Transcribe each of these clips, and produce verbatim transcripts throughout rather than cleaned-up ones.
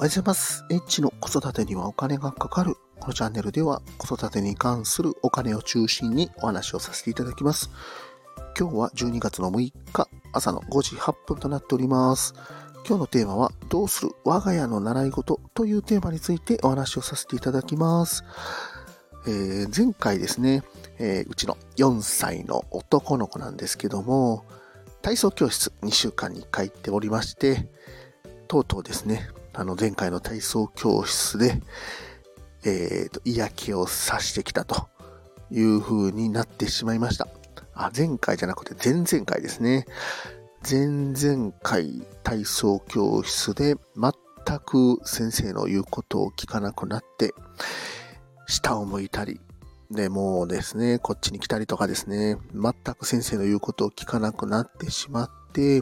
おはようございます。H の子育てにはお金がかかる。このチャンネルでは子育てに関するお金を中心にお話をさせていただきます。今日はじゅうにがつのむいか朝のごじはっぷんとなっております。今日のテーマはどうする我が家の習い事というテーマについてお話をさせていただきます。えー、前回ですね、えー、うちのよんさいの男の子なんですけども、体操教室にしゅうかんにいっかい行っておりまして、とうとうですね、あの前回の体操教室で、えーと、嫌気をさしてきたという風になってしまいました。あ、前回じゃなくて前々回ですね。前々回体操教室で全く先生の言うことを聞かなくなって、下を向いたり、でもうですね、こっちに来たりとかですね、全く先生の言うことを聞かなくなってしまって、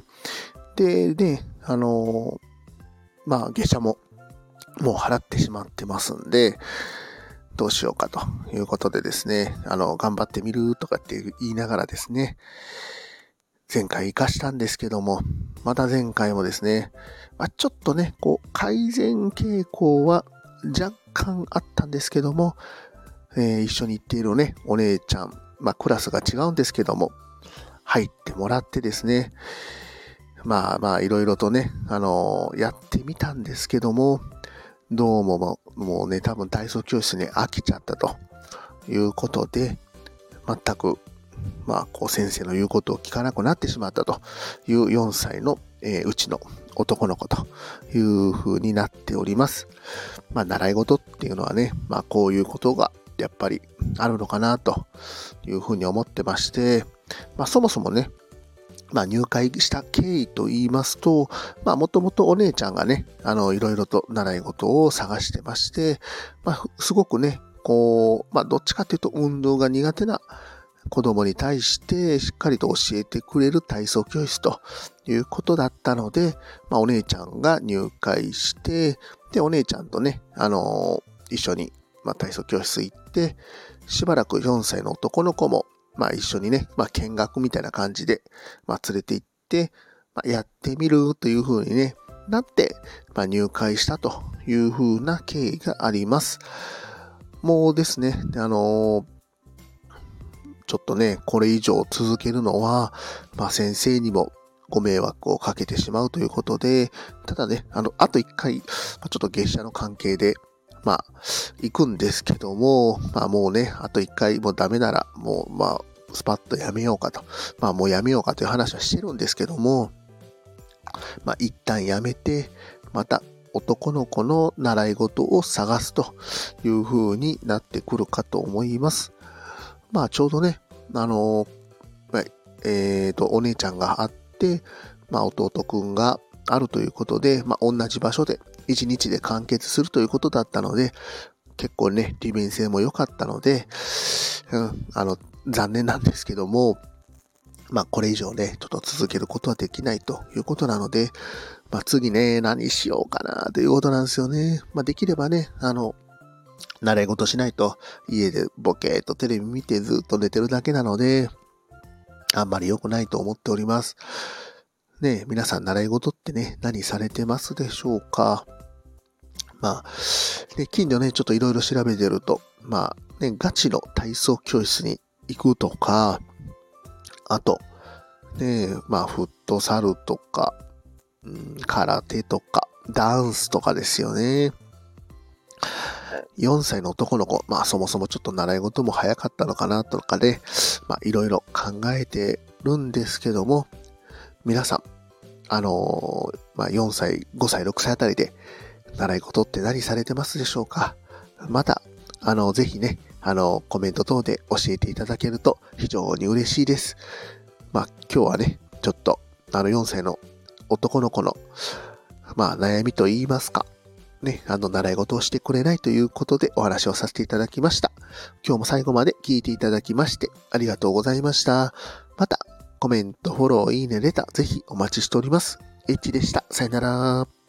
で、ね、あのー、まあ、下車ももう払ってしまってますんで、どうしようかということでですね、あの、頑張ってみるとかって言いながらですね、前回活かしたんですけども、また前回もですね、まあ、ちょっとね、こう、改善傾向は若干あったんですけども、えー、一緒に行っているね、お姉ちゃん、まあ、クラスが違うんですけども、入ってもらってですね、まあまあ、いろいろとね、あのー、やってみたんですけども、どうももう、もうね、多分体操教室に飽きちゃったということで、全く、まあ、こう先生の言うことを聞かなくなってしまったというよんさいの、えー、うちの男の子という風になっております。まあ、習い事っていうのはね、まあ、こういうことがやっぱりあるのかなという風に思ってまして、まあ、そもそもね、まあ、入会した経緯と言いますと、まあ、もともとお姉ちゃんがね、あの、いろいろと習い事を探してまして、まあ、すごくね、こう、まあ、どっちかというと運動が苦手な子供に対してしっかりと教えてくれる体操教室ということだったので、まあ、お姉ちゃんが入会して、で、お姉ちゃんとね、あのー、一緒に、まあ、体操教室行って、しばらくよんさいの男の子も、まあ一緒にね、まあ見学みたいな感じで、まあ連れて行って、まあ、やってみるという風にね、なって、まあ入会したという風な経緯があります。もうですね、あのー、ちょっとね、これ以上続けるのは、まあ先生にもご迷惑をかけてしまうということで、ただね、あの、あと一回、まあ、ちょっと月謝の関係で、まあ、行くんですけども、まあもうね、あと一回もうダメなら、もう、まあ、スパッとやめようかと。まあもうやめようかという話はしてるんですけども、まあ一旦やめて、また男の子の習い事を探すという風になってくるかと思います。まあちょうどね、あのー、えっと、お姉ちゃんがあって、まあ弟くんがあるということで、まあ同じ場所で一日で完結するということだったので、結構ね、利便性も良かったので、うん、あの、残念なんですけども、まあこれ以上ね、ちょっと続けることはできないということなので、まあ次ね、何しようかなということなんですよね。まあできればね、あの、習い事しないと家でボケーっとテレビ見てずっと寝てるだけなので、あんまり良くないと思っております。ねえ、皆さん習い事ってね、何されてますでしょうか？まあ、ね、近所ね、ちょっといろいろ調べてると、まあ、ね、ガチの体操教室に行くとか、あと、ね、まあ、フットサルとか、うん、空手とか、ダンスとかですよね。よんさいの男の子、まあ、そもそもちょっと習い事も早かったのかなとかで、まあ、いろいろ考えてるんですけども、皆さん、あのー、まあ、よんさい、ごさい、ろくさいあたりで、習い事って何されてますでしょうか？また、あの、ぜひね、あの、コメント等で教えていただけると非常に嬉しいです。まあ、今日はね、ちょっと、あの、よんさいの男の子の、まあ、悩みと言いますか、ね、あの、習い事をしてくれないということでお話をさせていただきました。今日も最後まで聞いていただきまして、ありがとうございました。また、コメント、フォロー、いいね、レター、ぜひお待ちしております。H でした。さよなら。